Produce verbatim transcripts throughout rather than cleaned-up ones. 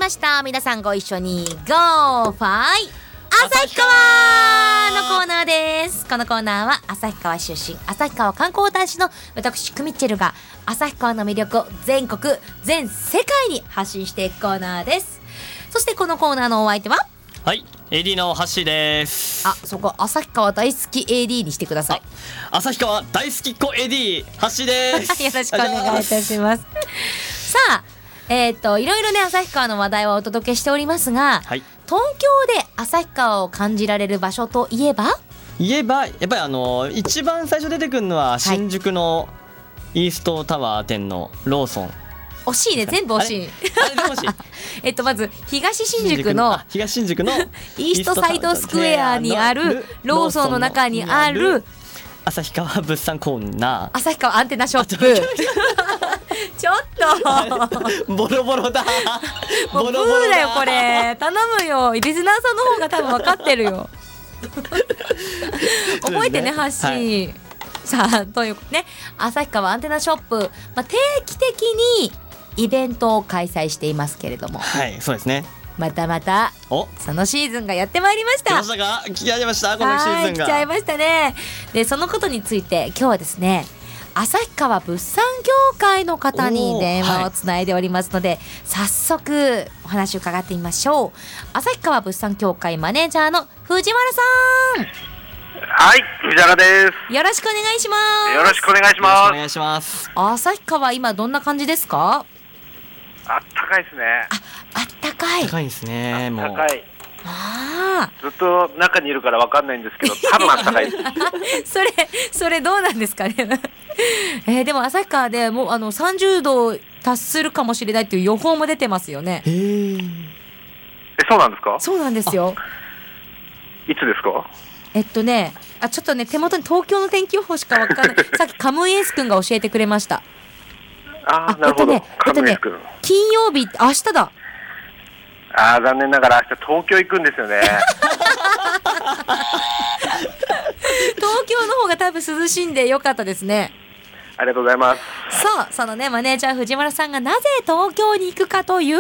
ました。皆さんご一緒に Go! ファイ旭川のコーナーです。このコーナーは旭川出身、旭川観光大使の私クミッチェルが旭川の魅力を全国全世界に発信していくコーナーです。そしてこのコーナーのお相手は、 はい、エーディー のハッシーです。 あ、そこ旭川大好き エーディー にしてください。 旭川大好きっ子 エーディー ハッシーですよろしくお願いいたします。さあ、えーといろいろね旭川の話題をお届けしておりますが、はい、東京で旭川を感じられる場所といえば言えばやっぱりあの一番最初出てくるのは新宿のイーストタワー店のローソン。 惜しいね、全部惜しい。えっとまず東新宿の東新宿のイーストサイドスクエアにあるローソンの中にある旭川物産コーナー、 旭川アンテナショップ。ちょっとボロボロだ。 もうブーだよこれ。頼むよ、リスナーさんの方が多分分かってるよ。覚えてね、ハッシー、はい、さあというね、旭川アンテナショップ、まあ、定期的にイベントを開催していますけれども、 はい、そうですね。 またまたそのシーズンがやってまいりました。 来ましたか？来ちゃいました。このシーズンが来ちゃいましたね。でそのことについて今日はですね、旭川物産協会の方に電話をつないでおりますので、はい、早速お話を伺ってみましょう。旭川物産協会マネージャーの藤原さん。 はい、藤原です。 よろしくお願いします。 よろしくお願いします。 お願いします。 旭川今どんな感じですか？ あったかいですね。 あ、あったかい。 あったかいですね。もう。 あったかい。 あずっと中にいるから分かんないんですけど、多分あったかいです。 それそれどうなんですかね。えー、でも旭川でもうあのさんじゅうど達するかもしれないっていう予報も出てますよね。 へー。 え、そうなんですか？ そうなんですよ。 いつですか？ えっとね、あ、ちょっとね手元に東京の天気予報しか分かんない。さっきカムイエース君が教えてくれました。 ああ、なるほど。 えっとね、えっとね、金曜日明日だ。 ああ、残念ながら明日東京行くんですよね。 東京の方が多分涼しいんでよかったですね。 ありがとうございます。 そう、そのねマネージャー藤原さんがなぜ東京に行くかという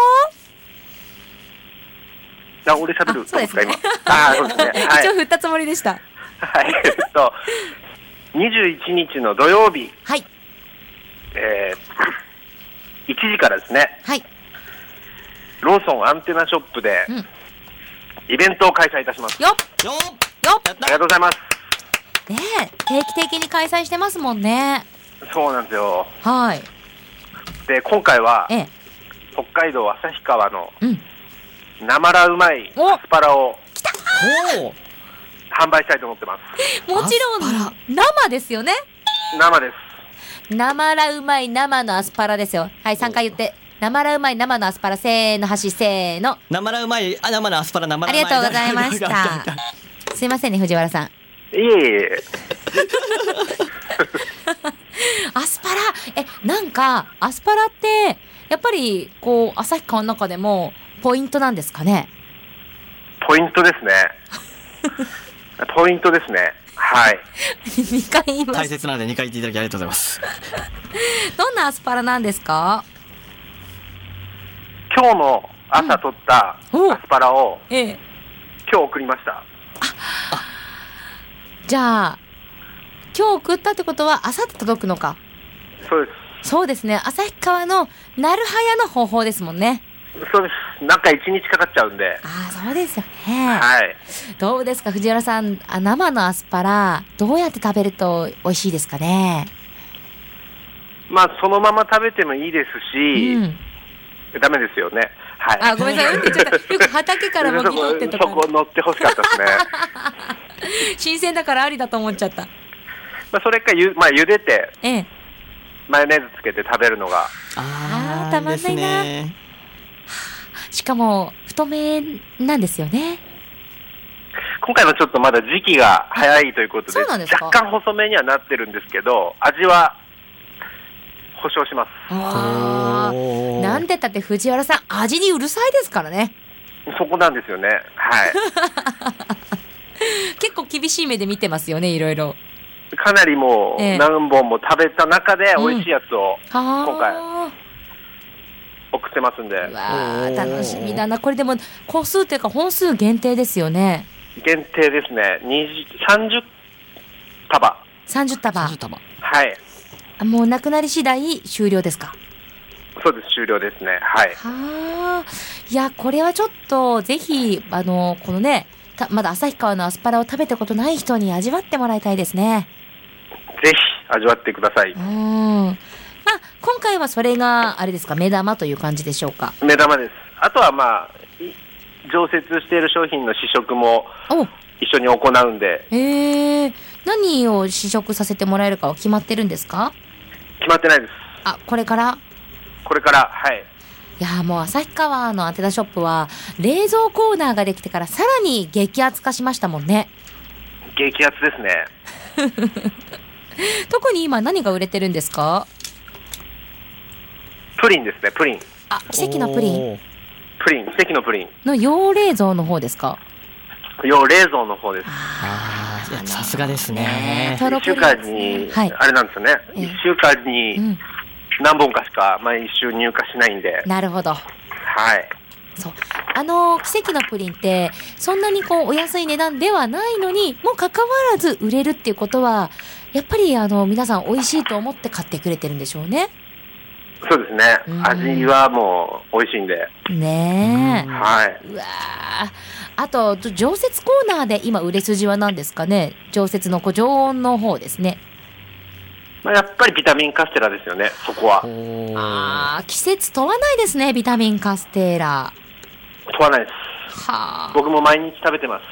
と、あ、俺喋る。 そうですね。 あ、そうですね。 一応振ったつもりでした。 はい。えっとにじゅういちにちの土曜日。 はい。 えー、いちじからですね。 はい。 ローソンアンテナショップでイベントを開催いたします。 よっよっよっ。 ありがとうございます。 ねえ、定期的に開催してますもんね。 そうなんですよ。 はい。 で今回は、 ええ、 北海道旭川の、 うん、 生らうまいアスパラをきた販売したいと思ってます。 もちろん生ですよね。 生です。 生らうまい生のアスパラですよ。はい、さんかい言って。生らうまい生のアスパラ、せーの、箸、せーの。 生らうまい、あ、生のアスパラ、生らうまい。 ありがとうございました。すいませんね、藤原さん。 いえいえ。 アスパラ、え、なんかアスパラってやっぱりこう旭川の中でもポイントなんですかね。 ポイントですね。ポイントですね。はい。 にかい言います。 大切なのでにかい言っていただきありがとうございます。 どんなアスパラなんですか？ 今日の朝取ったアスパラを、 うん、ええ、 今日送りました。ああ、じゃあ今日送ったってことは明後日届くのか。 そうです。 そうですね。旭川のなるはやの方法ですもんね。 そうです。中いちにちかかっちゃうんで。 ああ、そうですよね。 はい。 どうですか藤原さん、あ、生のアスパラどうやって食べると美味しいですかね。 まあそのまま食べてもいいですし、うん、ダメですよね。はい。 あ、ごめんなさい。うんって言っちゃった。よく畑からもぎ取ってとか。 そこ乗ってほしかったですね。 新鮮だからありだと思っちゃった。 まあそれかゆ、まあ茹でて、 ええ、 マヨネーズつけて食べるのが。 ああ、たまんないな。ね、しかも太めなんですよね。 今回はちょっとまだ時期が早いということで、若干細めにはなってるんですけど、味は保証します。 ああ、なんて言ったって藤原さん味にうるさいですからね。 そこなんですよね。はい。 結構厳しい目で見てますよね、いろいろ。 かなりもう何本も食べた中で美味しいやつを今回送ってますんで。 うわー楽しみだな。これでも個数というか本数限定ですよね。 限定ですね。にじゅう、さんじゅうたば。 さんじゅうたば。 さんじゅうたば。 はい。 もうなくなり次第終了ですか？ そうです、終了ですね。はい。 はあ。いや、これはちょっとぜひあのこのね、まだ旭川のアスパラを食べたことない人に味わってもらいたいですね。 ぜひ味わってください。 うん。まあ今回はそれがあれですか、目玉という感じでしょうか？ 目玉です。あとはまあ常設している商品の試食も一緒に行うんで。 へえ。何を試食させてもらえるかは決まってるんですか？ 決まってないです。 あ、これから？ これから、はい。 いやもう旭川のアンテナショップは冷蔵コーナーができてからさらに激アツ化しましたもんね。 激アツですね。 特に今何が売れてるんですか？ プリンですね、プリン。 あ、奇跡のプリン。 プリン、奇跡のプリンの洋冷蔵の方ですか？ 洋冷蔵の方です。 ああ、さすがですね。 いっしゅうかんに、はい、あれなんですよね。いっしゅうかんに何本かしか毎週入荷しないんで。 なるほど。 はい。 そう。あの奇跡のプリンってそんなにこうお安い値段ではないのにもかかわらず売れるっていうことはやっぱりあの皆さん美味しいと思って買ってくれてるんでしょうね。 そうですね。味はもう美味しいんで。 ねえ。 はい。 うわあと常設コーナーで今売れ筋は何ですかね？常設のこう常温の方ですね。 まあ、やっぱりビタミンカステラですよね、そこは。 ああ、季節問わないですね、ビタミンカステラ。 問わないです。 はあ。 僕も毎日食べてます。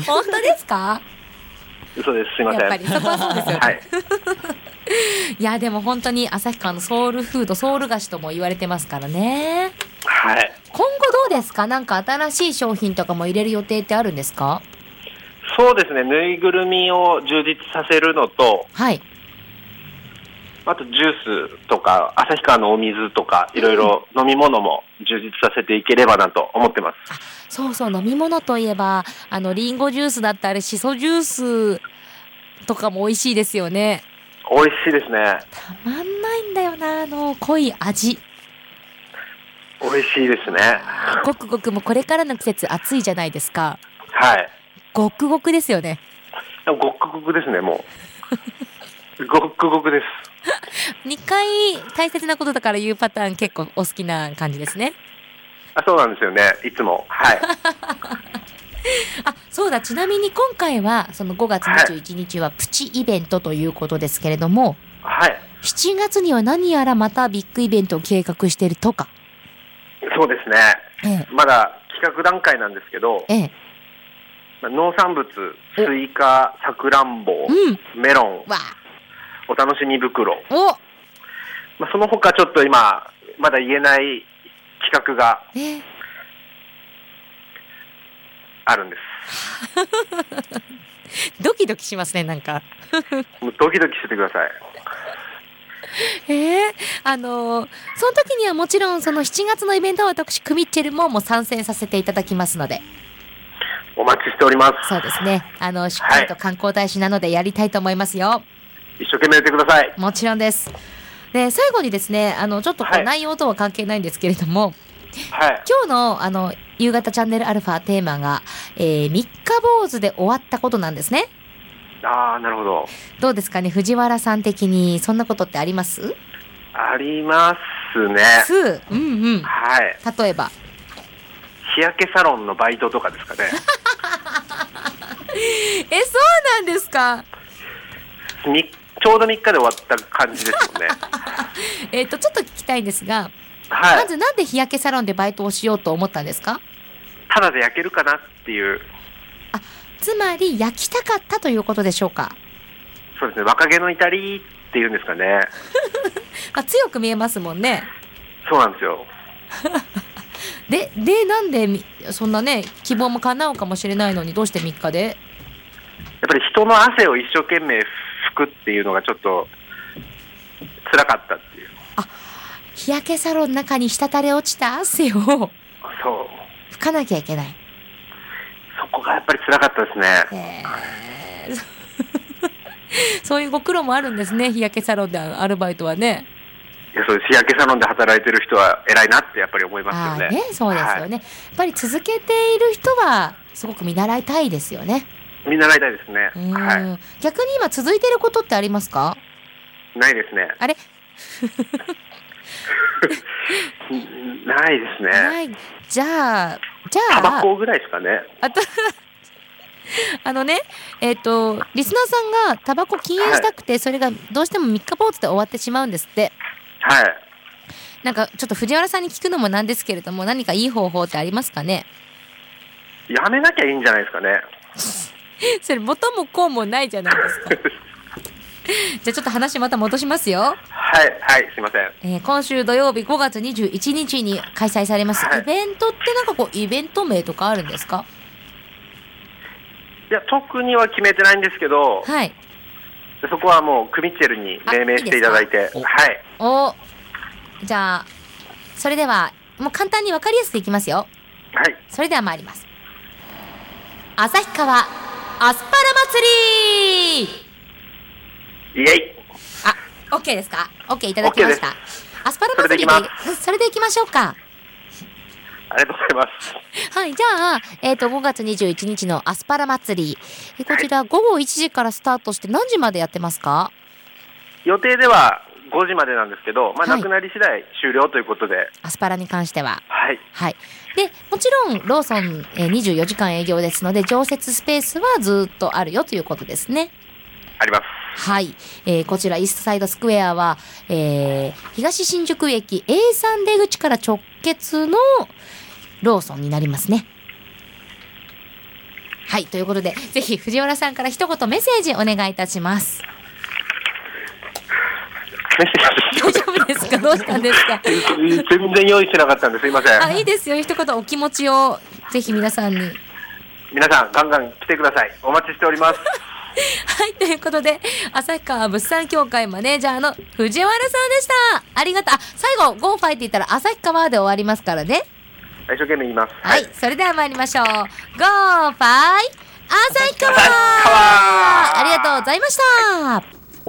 本当ですか？ 嘘です、すいません。 やっぱりそこはそうですよね。 はい。 いやでも本当に旭川のソウルフード、ソウル菓子とも言われてますからね。 はい。 今後どうですか？なんか新しい商品とかも入れる予定ってあるんですか？ そうですね、ぬいぐるみを充実させるのと、 はい。 あとジュースとか旭川のお水とかいろいろ飲み物も充実させていければなと思ってます。 あ、そうそう、飲み物といえばあのリンゴジュースだったりシソジュースとかも美味しいですよね。 美味しいですね。 たまんないんだよな、あの濃い味。 美味しいですね。 ごくごくもこれからの季節暑いじゃないですか。 はい。 ごくごくですよね。 ごくごくですね、もう。ごくごくです。 にかい大切なことだから言うパターン結構お好きな感じですね。 あ、そうなんですよね、いつも。はい。 あ、そうだ、ちなみに今回はそのごがつにじゅういちにちはプチイベントということですけれども、 はい。 しちがつには何やらまたビッグイベントを計画しているとか。 そうですね。ええ、まだ企画段階なんですけど、ええ、農産物、スイカ、さくらんぼ、うん、メロン、お楽しみ袋、お、まあ、その他ちょっと今まだ言えない企画があるんです。 ドキドキしますね、なんか。 もうドキドキしててください。 えー、あのー、その時にはもちろんそのしちがつのイベントは私クミッチェルももう参戦させていただきますので。 お待ちしております。 そうですね。あのしっかりと観光大使なのでやりたいと思いますよ。はい、 一生懸命やってください。 もちろんです。で最後にですね、あのちょっとこう内容とは関係ないんですけれども、はい、今日のあの夕方チャンネルアルファテーマが、えー、三日坊主で終わったことなんですね。 ああ、なるほど。 どうですかね、藤原さん的にそんなことってあります？ ありますね。 す、うんうん。 はい。 例えば日焼けサロンのバイトとかですかね。 え、そうなんですか。 みちょうどみっかで終わった感じですもんね。 えっとちょっと聞きたいんですが、 はい、 まずなんで日焼けサロンでバイトをしようと思ったんですか？ ただで焼けるかなっていう。 あ、つまり焼きたかったということでしょうか？ そうですね、若気の至りっていうんですかね。 まあ、強く見えますもんね。 そうなんですよ。 で、で、なんでそんなね、希望も叶うかもしれないのにどうしてみっかで？ やっぱり人の汗を一生懸命拭くっていうのがちょっと辛かったっていう。 あ、日焼けサロンの中に滴れ落ちた汗をそう拭かなきゃいけない。 そこがやっぱり辛かったですね。 へーそういうご苦労もあるんですね、日焼けサロンでアルバイトはね。 いや、そうです。日焼けサロンで働いてる人は偉いなってやっぱり思いますよね。 あね、そうですよね、はい、やっぱり続けている人はすごく見習いたいですよね。 見習いたいですね。はい、 逆に今続いていることってありますか？ ないですね。 あれないですね。 ない。じゃあじゃあタバコぐらいですかね。 あとあのね、えっとリスナーさんがタバコ禁煙したくて、はい、それがどうしても三日坊主で終わってしまうんですって。 はい。 なんかちょっと藤原さんに聞くのもなんですけれども、何かいい方法ってありますかね？ やめなきゃいいんじゃないですかね。 それ元もこうもないじゃないですか。じゃあちょっと話また戻しますよ。 はいはいすいません。 えー、今週土曜日ごがつにじゅういちにちに開催されます、はい、イベントってなんかこうイベント名とかあるんですか？ いや特には決めてないんですけど、 はい、 そこはもうクミッチェルに命名していただいて、いいはい。 おじゃあそれではもう簡単に分かりやすくいきますよ。 はい。 それでは参ります。旭川アスパラ祭り。 イエイ。 あ、OK ですか？ OK いただきました。アスパラ祭りでそれでいきましょうか。 ありがとうございます。 はい、じゃあ、えーと、ごがつにじゅういちにちのアスパラ祭り、こちらごごいちじからスタートして何時までやってますか？ 予定ではごじまでなんですけど、まあ、なくなり次第終了ということで、はい、 アスパラに関しては、 はい、 はい、でもちろんローソン、えー、にじゅうよじかん営業ですので常設スペースはずっとあるよということですね。 あります。 はい、えー、こちらイーストサイドスクエアは、えー、東新宿駅 エーさん 出口から直結のローソンになりますね。はい、ということでぜひ藤原さんから一言メッセージお願いいたします。大丈夫ですか？どうしたんですか？ 全然用意してなかったんですいません。 あ、いいですよ。一言お気持ちをぜひ皆さんに。 皆さんガンガン来てください。お待ちしております。 はい、ということで旭川物産協会マネージャーの藤原さんでした。ありがとう。あ、最後ゴーファイって言ったら旭川で終わりますからね。 一生懸命言います。 はい、はい、それでは参りましょう。ゴーファイ旭川。ありがとうございました。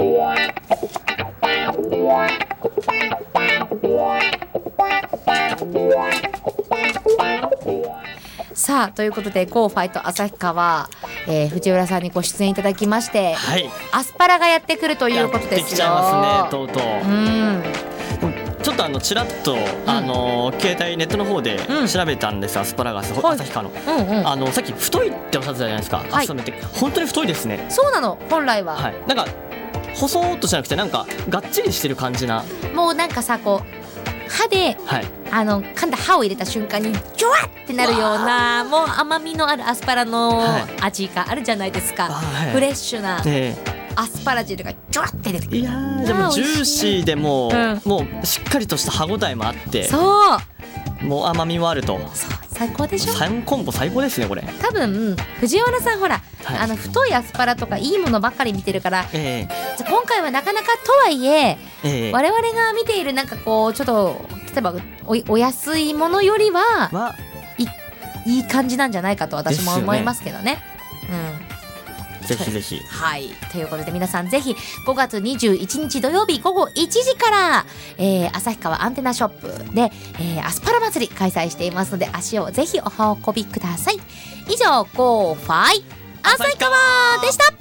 さあということでゴーファイト旭川、えー、藤浦さんにご出演いただきまして、 はい、 アスパラがやってくるということですよ。やってきちゃいますね、とうとう。 うんちょっとあのちらっと、うん、あの携帯ネットの方で調べたんです、うん、アスパラガス、はい、旭川の、うんうん、あのさっき太いっておっしゃってたじゃないですか、はい、アスパラって本当に太いですね。 そうなの、本来は、 はい、なんか細ーっとじゃなくてなんかがっちりしてる感じな、 もうなんかさこう歯で、はい、あの噛んだ歯を入れた瞬間にジュワッってなるようなもう甘みのあるアスパラの味があるじゃないですか、はい、フレッシュな、ね、アスパラ汁がジュワッて出てくる。 いやーでもジューシーでも、うん、もうしっかりとした歯ごたえもあって、 そうもう甘みもあると。 そう最高でしょ。 さんコンボ最高ですねこれ。 多分藤原さんほら、はい、あの太いアスパラとかいいものばっかり見てるから、えー、じゃ今回はなかなかとはいえ、えー、我々が見ているなんかこうちょっと例えば お, お安いものよりはいいい感じなんじゃないかと私も思いますけどね。 うん、ぜひぜひ。 はい、ということで皆さんぜひごがつにじゅういちにち土曜日ごごいちじから、えー、旭川アンテナショップで、えー、アスパラ祭り開催していますので足をぜひお運びください。以上ゴーファイ旭川でした。